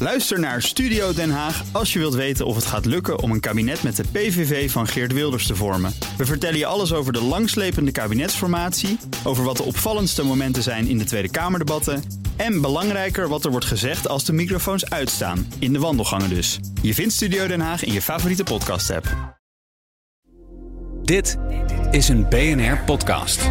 Luister naar Studio Den Haag als je wilt weten of het gaat lukken om een kabinet met de PVV van Geert Wilders te vormen. We vertellen je alles over de langslepende kabinetsformatie, over wat de opvallendste momenten zijn in de Tweede Kamerdebatten en belangrijker wat er wordt gezegd als de microfoons uitstaan, in de wandelgangen dus. Je vindt Studio Den Haag in je favoriete podcast-app. Dit is een BNR-podcast.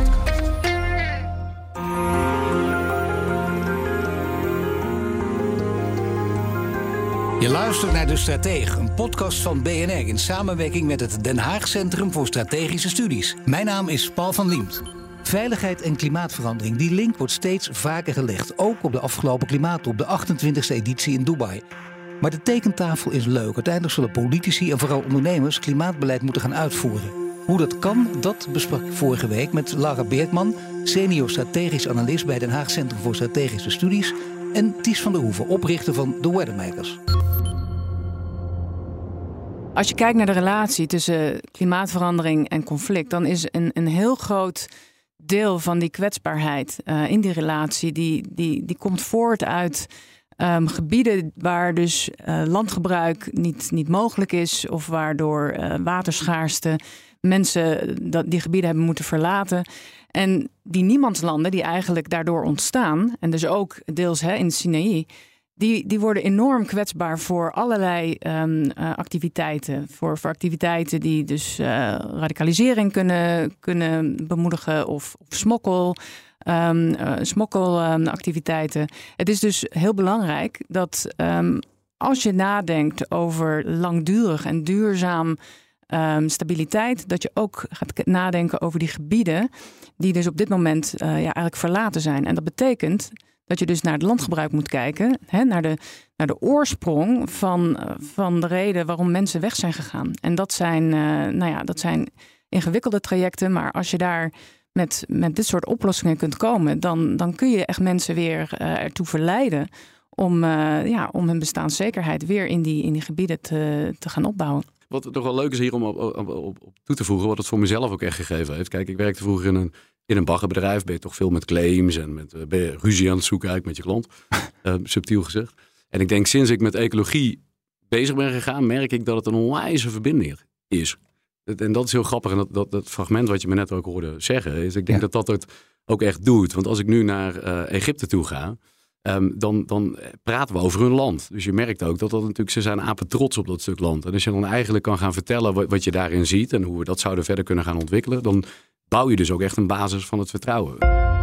Je luistert naar De Stratege, een podcast van BNR in samenwerking met het Den Haag Centrum voor Strategische Studies. Mijn naam is Paul van Liemt. Veiligheid en klimaatverandering, die link wordt steeds vaker gelegd. Ook op de afgelopen klimaattop, de 28e editie in Dubai. Maar de tekentafel is leuk. Uiteindelijk zullen politici en vooral ondernemers klimaatbeleid moeten gaan uitvoeren. Hoe dat kan, dat besprak ik vorige week met Lara Beertman, senior strategisch analist bij Den Haag Centrum voor Strategische Studies, en Ties van der Hoeven, oprichter van The Weathermakers. Als je kijkt naar de relatie tussen klimaatverandering en conflict, dan is een heel groot deel van die kwetsbaarheid in die relatie, die komt voort uit gebieden waar dus landgebruik niet mogelijk is, of waardoor waterschaarste mensen die gebieden hebben moeten verlaten. En die niemandslanden die eigenlijk daardoor ontstaan, en dus ook deels in Sinaï, die worden enorm kwetsbaar voor allerlei activiteiten. Voor activiteiten die dus radicalisering kunnen bemoedigen of smokkelactiviteiten. Het is dus heel belangrijk dat als je nadenkt over langdurig en duurzaam stabiliteit, dat je ook gaat nadenken over die gebieden die dus op dit moment eigenlijk verlaten zijn. En dat betekent dat je dus naar het landgebruik moet kijken, naar de oorsprong van de reden waarom mensen weg zijn gegaan. En dat zijn ingewikkelde trajecten, maar als je daar met dit soort oplossingen kunt komen, dan kun je echt mensen weer ertoe verleiden om hun bestaanszekerheid weer in die gebieden te gaan opbouwen. Wat toch wel leuk is hier om op toe te voegen, wat het voor mezelf ook echt gegeven heeft. Kijk, ik werkte vroeger in een baggerbedrijf, ben je toch veel met claims en ben je ruzie aan het zoeken eigenlijk met je klant, subtiel gezegd. En ik denk, sinds ik met ecologie bezig ben gegaan, merk ik dat het een onwijze verbinder is. En dat is heel grappig. En dat fragment wat je me net ook hoorde zeggen, is ik denk dat het ook echt doet. Want als ik nu naar Egypte toe ga, dan praten we over hun land. Dus je merkt ook dat natuurlijk, ze zijn apen trots op dat stuk land. En als je dan eigenlijk kan gaan vertellen wat je daarin ziet en hoe we dat zouden verder kunnen gaan ontwikkelen, dan bouw je dus ook echt een basis van het vertrouwen.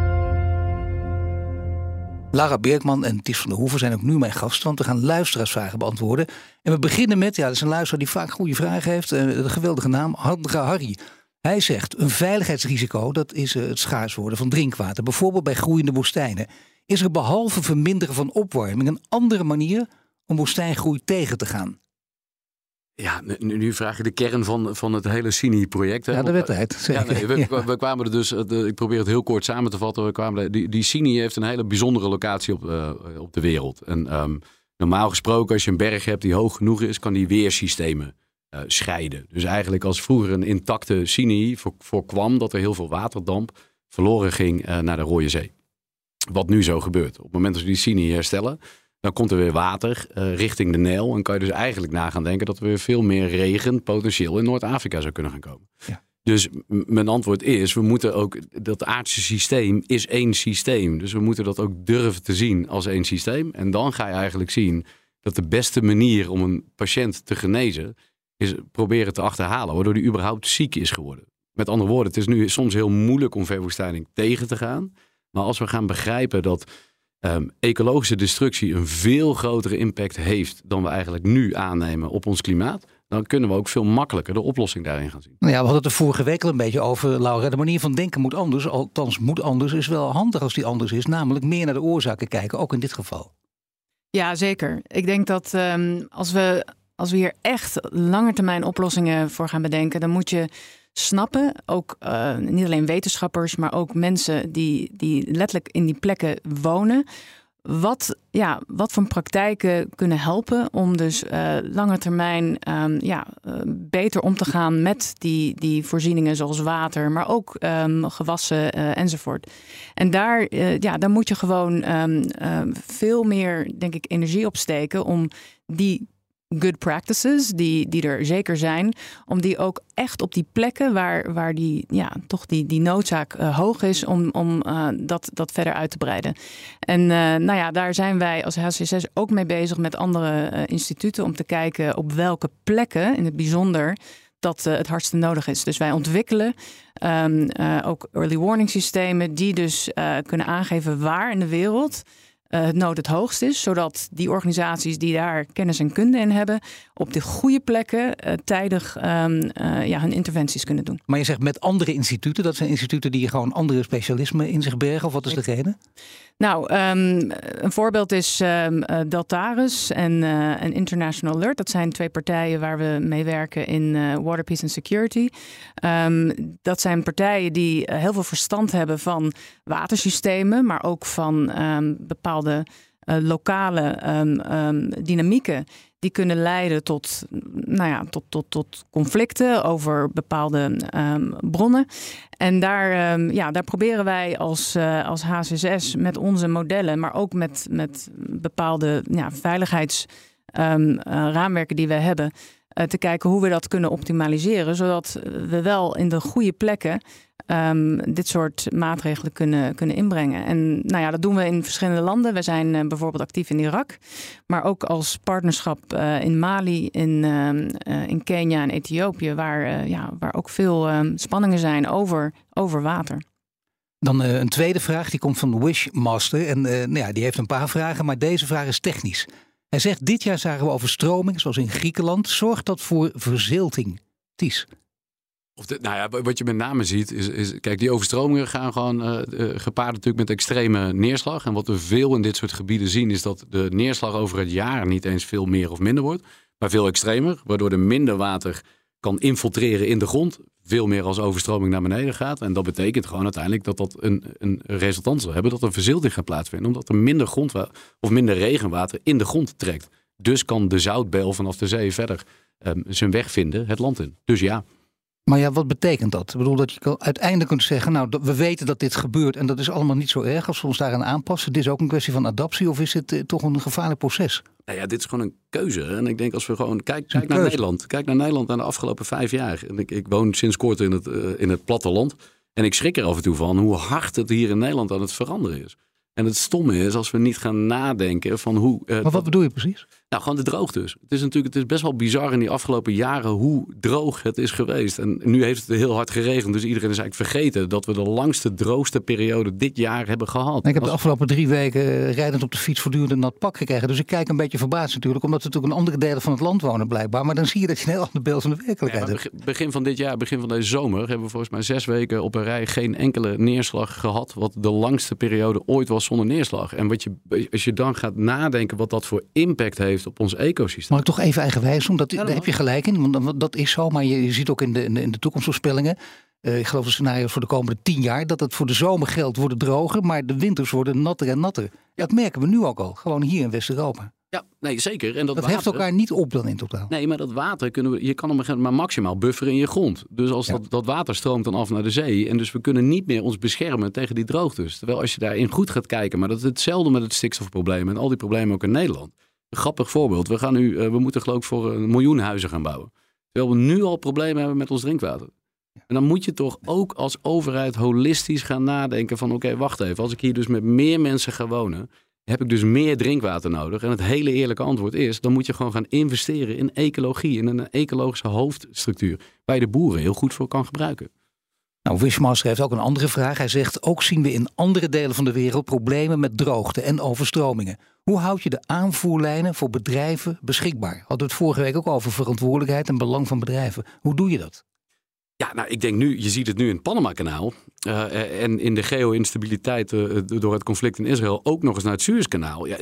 Lara Beertman en Ties van der Hoeven zijn ook nu mijn gasten, want we gaan luisteraarsvragen beantwoorden. En we beginnen met, dat is een luisteraar die vaak goede vragen heeft, de geweldige naam Handra Harry. Hij zegt, een veiligheidsrisico, dat is het schaars worden van drinkwater, bijvoorbeeld bij groeiende woestijnen. Is er behalve verminderen van opwarming een andere manier om woestijngroei tegen te gaan? Ja, nu vraag je de kern van het hele Sinaï-project. Ja, de wedstrijd. We kwamen er dus, ik probeer het heel kort samen te vatten. Die Sinaï heeft een hele bijzondere locatie op de wereld. En normaal gesproken, als je een berg hebt die hoog genoeg is, kan die weersystemen scheiden. Dus eigenlijk als vroeger een intacte Sinaï voorkwam dat er heel veel waterdamp verloren ging naar de Rode Zee. Wat nu zo gebeurt. Op het moment dat we die Sinaï herstellen, dan komt er weer water richting de Nijl. En kan je dus eigenlijk na gaan denken dat er weer veel meer regen potentieel in Noord-Afrika zou kunnen gaan komen. Ja. Dus mijn antwoord is, we moeten ook, dat aardse systeem is één systeem. Dus we moeten dat ook durven te zien als één systeem. En dan ga je eigenlijk zien dat de beste manier om een patiënt te genezen is proberen te achterhalen waardoor die überhaupt ziek is geworden. Met andere woorden, het is nu soms heel moeilijk om verwoestijning tegen te gaan. Maar als we gaan begrijpen dat ecologische destructie een veel grotere impact heeft dan we eigenlijk nu aannemen op ons klimaat, dan kunnen we ook veel makkelijker de oplossing daarin gaan zien. Nou ja, we hadden het er vorige week al een beetje over, Laura. De manier van denken moet anders. Althans, moet anders is wel handig als die anders is. Namelijk meer naar de oorzaken kijken, ook in dit geval. Ja, zeker. Ik denk dat als we hier echt langetermijn oplossingen voor gaan bedenken, dan moet je snappen, ook niet alleen wetenschappers, maar ook mensen die letterlijk in die plekken wonen, wat voor praktijken kunnen helpen om dus lange termijn beter om te gaan met die voorzieningen zoals water, maar ook gewassen enzovoort. En daar moet je gewoon veel meer, denk ik, energie op steken om die good practices, die er zeker zijn, om die ook echt op die plekken waar die noodzaak hoog is, om dat verder uit te breiden. En daar zijn wij als HCSS ook mee bezig met andere instituten om te kijken op welke plekken in het bijzonder dat het hardste nodig is. Dus wij ontwikkelen ook early warning systemen die dus kunnen aangeven waar in de wereld het nood het hoogst is, zodat die organisaties die daar kennis en kunde in hebben, op de goede plekken tijdig hun interventies kunnen doen. Maar je zegt met andere instituten, dat zijn instituten die gewoon andere specialismen in zich bergen, of wat is de reden? Nou, een voorbeeld is Deltares en International Alert. Dat zijn 2 partijen waar we mee werken in Water, Peace and Security. Dat zijn partijen die heel veel verstand hebben van watersystemen, maar ook van bepaalde lokale dynamieken die kunnen leiden tot conflicten over bepaalde bronnen. En daar proberen wij als HCSS met onze modellen, maar ook met bepaalde veiligheidsraamwerken die we hebben, te kijken hoe we dat kunnen optimaliseren, zodat we wel in de goede plekken dit soort maatregelen kunnen inbrengen. En dat doen we in verschillende landen. We zijn bijvoorbeeld actief in Irak, maar ook als partnerschap in Mali, in Kenia en Ethiopië, waar ook veel spanningen zijn over water. Dan een tweede vraag, die komt van Wishmaster. En die heeft een paar vragen, maar deze vraag is technisch. Hij zegt, dit jaar zagen we overstroming, zoals in Griekenland. Zorgt dat voor verzilting? Ties? Wat je met name ziet is kijk, die overstromingen gaan gewoon gepaard natuurlijk met extreme neerslag. En wat we veel in dit soort gebieden zien is dat de neerslag over het jaar niet eens veel meer of minder wordt, maar veel extremer, waardoor er minder water kan infiltreren in de grond, veel meer als overstroming naar beneden gaat. En dat betekent gewoon uiteindelijk dat een resultant zal hebben dat er verzilting gaat plaatsvinden, omdat er minder grondwater of minder regenwater in de grond trekt. Dus kan de zoutbel vanaf de zee verder zijn weg vinden het land in. Dus ja. Maar wat betekent dat? Ik bedoel dat je uiteindelijk kunt zeggen, we weten dat dit gebeurt en dat is allemaal niet zo erg als we ons daaraan aanpassen. Dit is ook een kwestie van adaptie, of is dit toch een gevaarlijk proces? Nou ja, dit is gewoon een keuze. En ik denk als we gewoon kijk naar Nederland. Kijk naar Nederland aan de afgelopen 5 jaar. En ik woon sinds kort in het platteland. En ik schrik er af en toe van hoe hard het hier in Nederland aan het veranderen is. En het stomme is als we niet gaan nadenken van hoe... Maar wat bedoel je precies? Nou, gewoon de droogtes. Het is best wel bizar in die afgelopen jaren hoe droog het is geweest. En nu heeft het heel hard geregend. Dus iedereen is eigenlijk vergeten dat we de langste, droogste periode dit jaar hebben gehad. Ik heb de afgelopen 3 weken rijdend op de fiets voortdurend een nat pak gekregen. Dus ik kijk een beetje verbaasd natuurlijk. Omdat we natuurlijk in andere delen van het land wonen blijkbaar. Maar dan zie je dat je een heel ander beeld van de werkelijkheid hebt. Begin van dit jaar, begin van deze zomer, hebben we volgens mij 6 weken op een rij geen enkele neerslag gehad. Wat de langste periode ooit was zonder neerslag. En als je dan gaat nadenken wat dat voor impact heeft op ons ecosysteem. Mag ik toch even eigenwijs doen? Daar heb je gelijk in, want dat is zo. Maar je ziet ook in de toekomstvoorspellingen, ik geloof de scenario's voor de komende 10 jaar, dat het voor de zomer geldt worden droger, maar de winters worden natter en natter. Ja, dat merken we nu ook al, gewoon hier in West-Europa. Ja, nee, zeker. En dat heft elkaar niet op dan in totaal. Nee, maar dat water je kan op een gegeven moment maar maximaal bufferen in je grond. Dus als dat water stroomt dan af naar de zee. En dus we kunnen niet meer ons beschermen tegen die droogtes. Terwijl als je daarin goed gaat kijken, maar dat is hetzelfde met het stikstofprobleem en al die problemen ook in Nederland. Een grappig voorbeeld. We moeten geloof ik voor 1 miljoen huizen gaan bouwen. Terwijl we nu al problemen hebben met ons drinkwater. En dan moet je toch ook als overheid holistisch gaan nadenken van oké, wacht even. Als ik hier dus met meer mensen ga wonen, heb ik dus meer drinkwater nodig. En het hele eerlijke antwoord is, dan moet je gewoon gaan investeren in ecologie. In een ecologische hoofdstructuur. Waar je de boeren heel goed voor kan gebruiken. Nou, Wishmaster heeft ook een andere vraag. Hij zegt, ook zien we in andere delen van de wereld problemen met droogte en overstromingen. Hoe houd je de aanvoerlijnen voor bedrijven beschikbaar? Hadden we het vorige week ook over verantwoordelijkheid en belang van bedrijven. Hoe doe je dat? Ja, nou, ik denk nu, je ziet het nu in het Panama-kanaal en in de geo-instabiliteit door het conflict in Israël ook nog eens naar het Suezkanaal. Ja,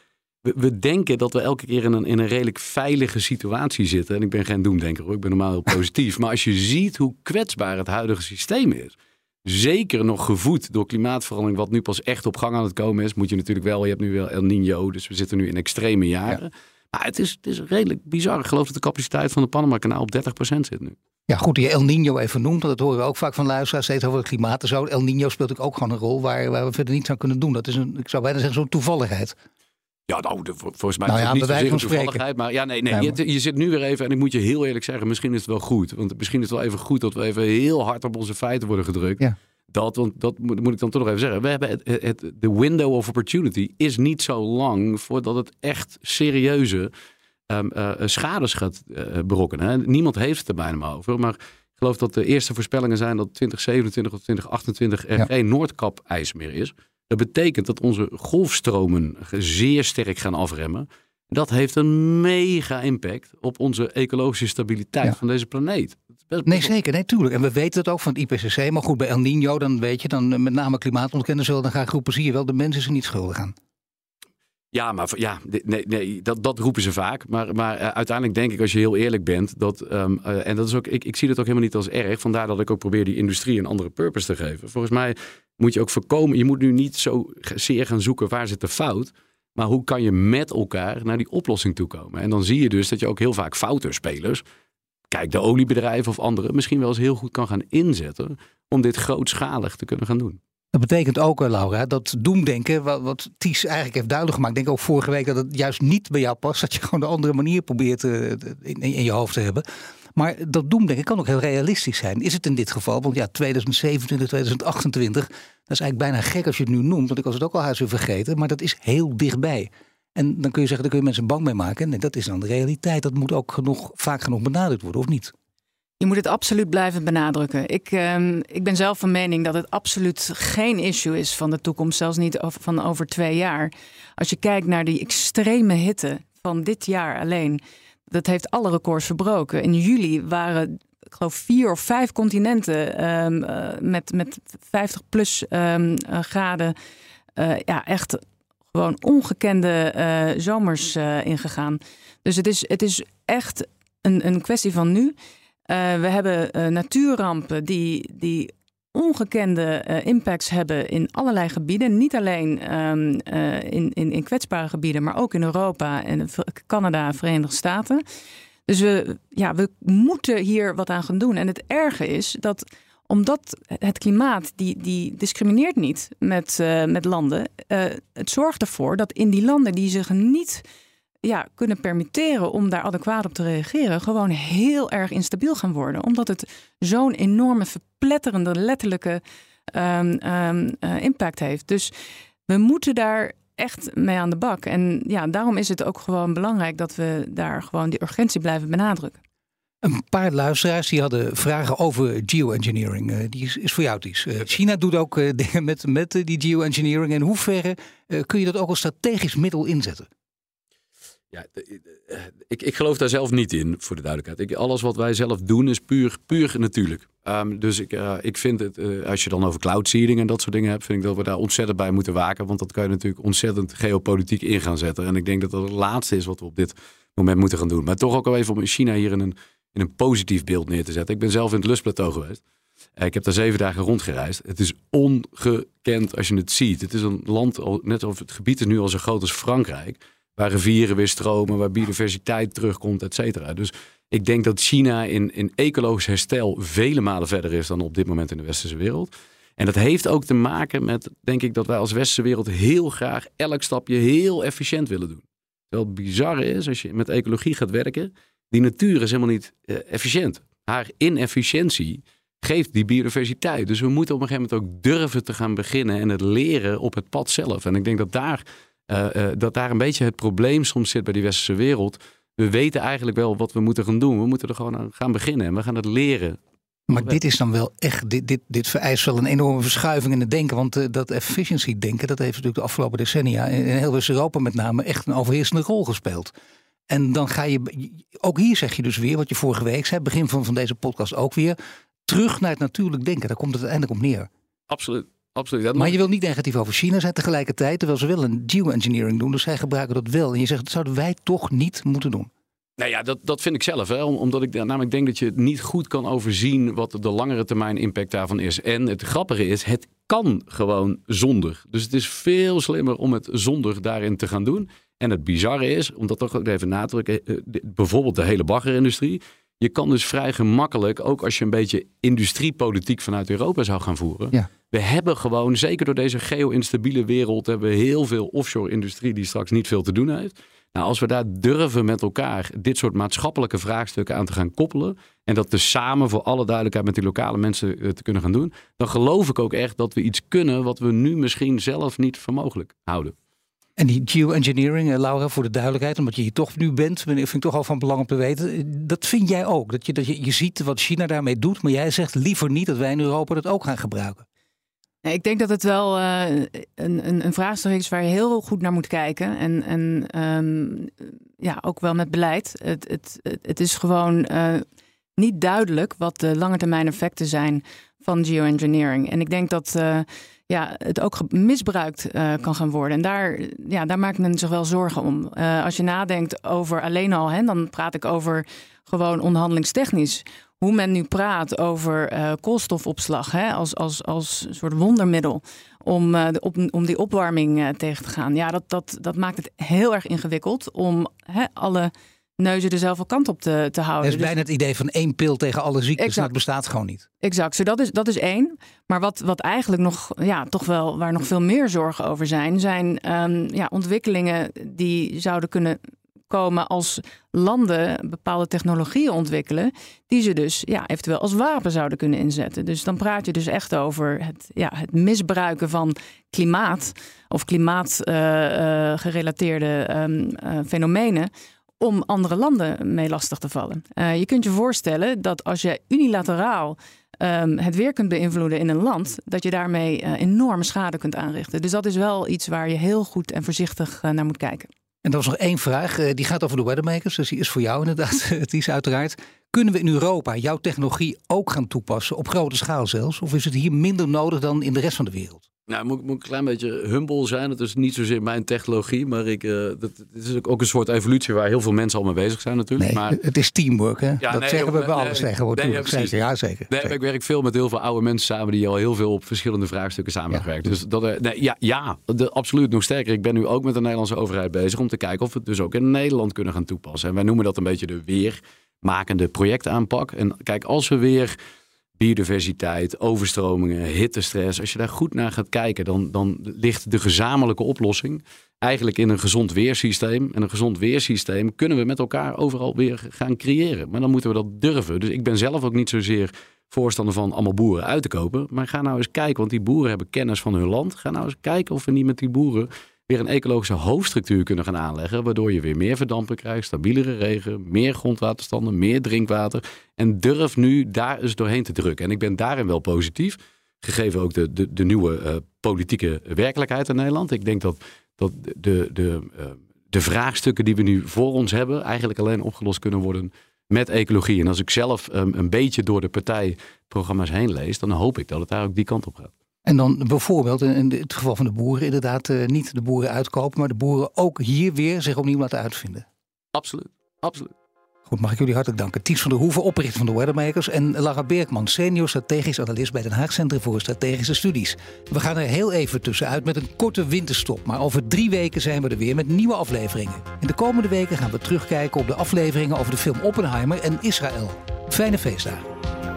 we denken dat we elke keer in een redelijk veilige situatie zitten. En ik ben geen doemdenker hoor, ik ben normaal heel positief. Maar als je ziet hoe kwetsbaar het huidige systeem is. zeker nog gevoed door klimaatverandering, wat nu pas echt op gang aan het komen is. Moet je natuurlijk wel, je hebt nu wel El Niño, dus we zitten nu in extreme jaren. Ja. Maar het is redelijk bizar. Ik geloof dat de capaciteit van de Panama-kanaal op 30% zit nu. Ja, goed, die El Niño even noemt, dat horen we ook vaak van luisteraars, steeds over het klimaat en zo. El Niño speelt ook gewoon een rol waar we verder niets aan kunnen doen. Dat is ik zou bijna zeggen, zo'n toevalligheid. Ja, volgens mij is het niet zozeer een toevalligheid. Maar je zit nu weer even, en ik moet je heel eerlijk zeggen, misschien is het wel goed. Want misschien is het wel even goed dat we even heel hard op onze feiten worden gedrukt. Ja. Want dat moet ik dan toch nog even zeggen. We hebben de window of opportunity is niet zo lang voordat het echt serieuze schades gaat berokkenen. Hè. Niemand heeft het er bijna over. Maar ik geloof dat de eerste voorspellingen zijn dat 2027 of 2028 er geen Noordkap-ijs meer is. Dat betekent dat onze golfstromen zeer sterk gaan afremmen. Dat heeft een mega impact op onze ecologische stabiliteit van deze planeet. Nee, zeker. Nee, tuurlijk. En we weten het ook van het IPCC. Maar goed, bij El Niño, dan weet je, dan met name klimaatontkenners zullen dan gaan groepen. Zie je wel, de mensen zijn niet schuldig aan. Ja, maar dat roepen ze vaak. Maar uiteindelijk denk ik, als je heel eerlijk bent, dat en dat is ook, ik zie dat ook helemaal niet als erg. Vandaar dat ik ook probeer die industrie een andere purpose te geven. Volgens mij moet je ook voorkomen, je moet nu niet zo zeer gaan zoeken waar zit de fout. Maar hoe kan je met elkaar naar die oplossing toe komen? En dan zie je dus dat je ook heel vaak foutenspelers, kijk de oliebedrijven of anderen, misschien wel eens heel goed kan gaan inzetten om dit grootschalig te kunnen gaan doen. Dat betekent ook, Laura, dat doemdenken, wat Ties eigenlijk heeft duidelijk gemaakt. Ik denk ook vorige week dat het juist niet bij jou past. Dat je gewoon de andere manier probeert in je hoofd te hebben. Maar dat doemdenken kan ook heel realistisch zijn. Is het in dit geval? Want ja, 2027, 2028, dat is eigenlijk bijna gek als je het nu noemt. Want ik was het ook al haast weer vergeten. Maar dat is heel dichtbij. En dan kun je zeggen, daar kun je mensen bang mee maken. Nee, dat is dan de realiteit. Dat moet ook vaak genoeg benadrukt worden, of niet? Je moet het absoluut blijven benadrukken. Ik ben zelf van mening dat het absoluut geen issue is van de toekomst. Zelfs niet van over 2 jaar. Als je kijkt naar die extreme hitte van dit jaar alleen. Dat heeft alle records verbroken. In juli waren, ik geloof, 4 of 5 continenten met 50 plus graden. Echt gewoon ongekende zomers ingegaan. Dus het is echt een kwestie van nu. We hebben natuurrampen die ongekende impacts hebben in allerlei gebieden. Niet alleen in kwetsbare gebieden, maar ook in Europa en Canada en Verenigde Staten. Dus we moeten hier wat aan gaan doen. En het erge is dat omdat het klimaat die discrimineert niet met landen. Het zorgt ervoor dat in die landen die zich niet kunnen permitteren om daar adequaat op te reageren, gewoon heel erg instabiel gaan worden. Omdat het zo'n enorme verpletterende letterlijke impact heeft. Dus we moeten daar echt mee aan de bak. En daarom is het ook gewoon belangrijk dat we daar gewoon die urgentie blijven benadrukken. Een paar luisteraars die hadden vragen over geoengineering. Die is voor jou, Ties. China doet ook dingen met die geoengineering. In hoeverre kun je dat ook als strategisch middel inzetten? Ja, ik geloof daar zelf niet in, voor de duidelijkheid. Alles wat wij zelf doen is puur natuurlijk. Dus ik vind het, als je dan over cloud seeding en dat soort dingen hebt, vind ik dat we daar ontzettend bij moeten waken. Want dat kan je natuurlijk ontzettend geopolitiek in gaan zetten. En ik denk dat dat het laatste is wat we op dit moment moeten gaan doen. Maar toch ook al even om China hier in een positief beeld neer te zetten. Ik ben zelf in het Lustplateau geweest. Ik heb daar 7 dagen rondgereisd. Het is ongekend als je het ziet. Het is een land, net of het gebied is nu al zo groot als Frankrijk, waar rivieren weer stromen, waar biodiversiteit terugkomt, et cetera. Dus ik denk dat China in ecologisch herstel vele malen verder is dan op dit moment in de westerse wereld. En dat heeft ook te maken met, denk ik, dat wij als westerse wereld heel graag elk stapje heel efficiënt willen doen. Terwijl het bizarre is, als je met ecologie gaat werken, die natuur is helemaal niet efficiënt. Haar inefficiëntie geeft die biodiversiteit. Dus we moeten op een gegeven moment ook durven te gaan beginnen en het leren op het pad zelf. En ik denk dat daar een beetje het probleem soms zit bij die westerse wereld. We weten eigenlijk wel wat we moeten gaan doen. We moeten er gewoon aan gaan beginnen en we gaan het leren. Maar dit is dan wel echt, dit vereist wel een enorme verschuiving in het denken. Want dat efficiency denken, dat heeft natuurlijk de afgelopen decennia in heel West-Europa met name echt een overheersende rol gespeeld. En dan ga je, ook hier zeg je dus weer wat je vorige week zei, begin van deze podcast ook weer, terug naar het natuurlijk denken. Daar komt het uiteindelijk op neer. Absoluut. Maar je wilt niet negatief over China zijn tegelijkertijd, terwijl ze wel een geoengineering doen. Dus zij gebruiken dat wel. En je zegt, dat zouden wij toch niet moeten doen. Nou ja, dat vind ik zelf. Hè? Omdat ik namelijk denk dat je niet goed kan overzien wat de langere termijn impact daarvan is. En het grappige is, het kan gewoon zonder. Dus het is veel slimmer om het zonder daarin te gaan doen. En het bizarre is, om dat toch ook even na te drukken, bijvoorbeeld de hele baggerindustrie. Je kan dus vrij gemakkelijk, ook als je een beetje industriepolitiek vanuit Europa zou gaan voeren. Ja. We hebben gewoon, zeker door deze geo-instabiele wereld, hebben we heel veel offshore industrie die straks niet veel te doen heeft. Nou, als we daar durven met elkaar dit soort maatschappelijke vraagstukken aan te gaan koppelen en dat dus samen voor alle duidelijkheid met die lokale mensen te kunnen gaan doen, dan geloof ik ook echt dat we iets kunnen wat we nu misschien zelf niet voor mogelijk houden. En die geoengineering, Laura, voor de duidelijkheid, omdat je hier toch nu bent, vind ik toch al van belang om te weten. Dat vind jij ook, dat je ziet wat China daarmee doet, maar jij zegt liever niet dat wij in Europa dat ook gaan gebruiken. Ik denk dat het wel een vraagstuk is waar je heel goed naar moet kijken. En ook wel met beleid. Het is gewoon niet duidelijk wat de lange termijn effecten zijn van geoengineering. En ik denk dat het ook misbruikt kan gaan worden. En daar maakt men zich wel zorgen om. Als je nadenkt over alleen al, dan praat ik over gewoon onderhandelingstechnisch. Hoe men nu praat over koolstofopslag als een soort wondermiddel om die opwarming tegen te gaan. Ja, dat maakt het heel erg ingewikkeld om alle neuzen dezelfde kant op te houden. Dat is bijna het idee van één pil tegen alle ziektes. Dat bestaat gewoon niet. Exact, so dat is één. Maar wat eigenlijk nog, toch wel, waar nog veel meer zorgen over zijn ontwikkelingen die zouden kunnen komen als landen bepaalde technologieën ontwikkelen die ze dus eventueel als wapen zouden kunnen inzetten. Dus dan praat je dus echt over het misbruiken van klimaat of klimaatgerelateerde fenomenen om andere landen mee lastig te vallen. Je kunt je voorstellen dat als je unilateraal het weer kunt beïnvloeden in een land, dat je daarmee enorme schade kunt aanrichten. Dus dat is wel iets waar je heel goed en voorzichtig naar moet kijken. En er was nog één vraag, die gaat over de weathermakers. Dus die is voor jou inderdaad, het is uiteraard. Kunnen we in Europa jouw technologie ook gaan toepassen, op grote schaal zelfs? Of is het hier minder nodig dan in de rest van de wereld? Nou, moet ik een klein beetje humble zijn. Het is niet zozeer mijn technologie, maar het is ook een soort evolutie waar heel veel mensen al mee bezig zijn natuurlijk. Nee, maar het is teamwork, hè? Zeggen we bij alles tegenwoordig. Ja, zeker. Ik werk veel met heel veel oude mensen samen die al heel veel op verschillende vraagstukken samen hebben gewerkt. Dus absoluut nog sterker. Ik ben nu ook met de Nederlandse overheid bezig om te kijken of we het dus ook in Nederland kunnen gaan toepassen. En wij noemen dat een beetje de weermakende projectaanpak. En kijk, als we weer biodiversiteit, overstromingen, hittestress. Als je daar goed naar gaat kijken, dan ligt de gezamenlijke oplossing eigenlijk in een gezond weersysteem. En een gezond weersysteem kunnen we met elkaar overal weer gaan creëren. Maar dan moeten we dat durven. Dus ik ben zelf ook niet zozeer voorstander van allemaal boeren uit te kopen. Maar ga nou eens kijken, want die boeren hebben kennis van hun land. Ga nou eens kijken of we niet met die boeren weer een ecologische hoofdstructuur kunnen gaan aanleggen, waardoor je weer meer verdampen krijgt, stabielere regen, meer grondwaterstanden, meer drinkwater. En durf nu daar eens doorheen te drukken. En ik ben daarin wel positief, gegeven ook de nieuwe politieke werkelijkheid in Nederland. Ik denk dat de vraagstukken die we nu voor ons hebben eigenlijk alleen opgelost kunnen worden met ecologie. En als ik zelf een beetje door de partijprogramma's heen lees, dan hoop ik dat het daar ook die kant op gaat. En dan bijvoorbeeld in het geval van de boeren inderdaad niet de boeren uitkopen, maar de boeren ook hier weer zich opnieuw laten uitvinden. Absoluut. Goed, mag ik jullie hartelijk danken. Ties van der Hoeven, oprichter van de Weathermakers, en Lara Bergman, senior strategisch analist bij Den Haag Centrum voor Strategische Studies. We gaan er heel even tussenuit met een korte winterstop, maar over 3 weken zijn we er weer met nieuwe afleveringen. In de komende weken gaan we terugkijken op de afleveringen over de film Oppenheimer en Israël. Fijne feestdagen.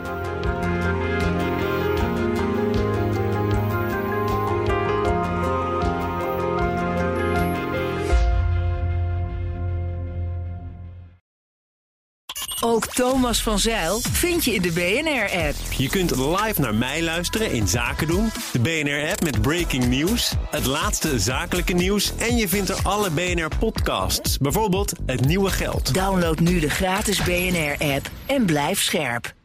Ook Thomas van Zijl vind je in de BNR-app. Je kunt live naar mij luisteren in Zaken doen. De BNR-app met breaking news, het laatste zakelijke nieuws. En je vindt er alle BNR-podcasts. Bijvoorbeeld Het Nieuwe Geld. Download nu de gratis BNR-app en blijf scherp.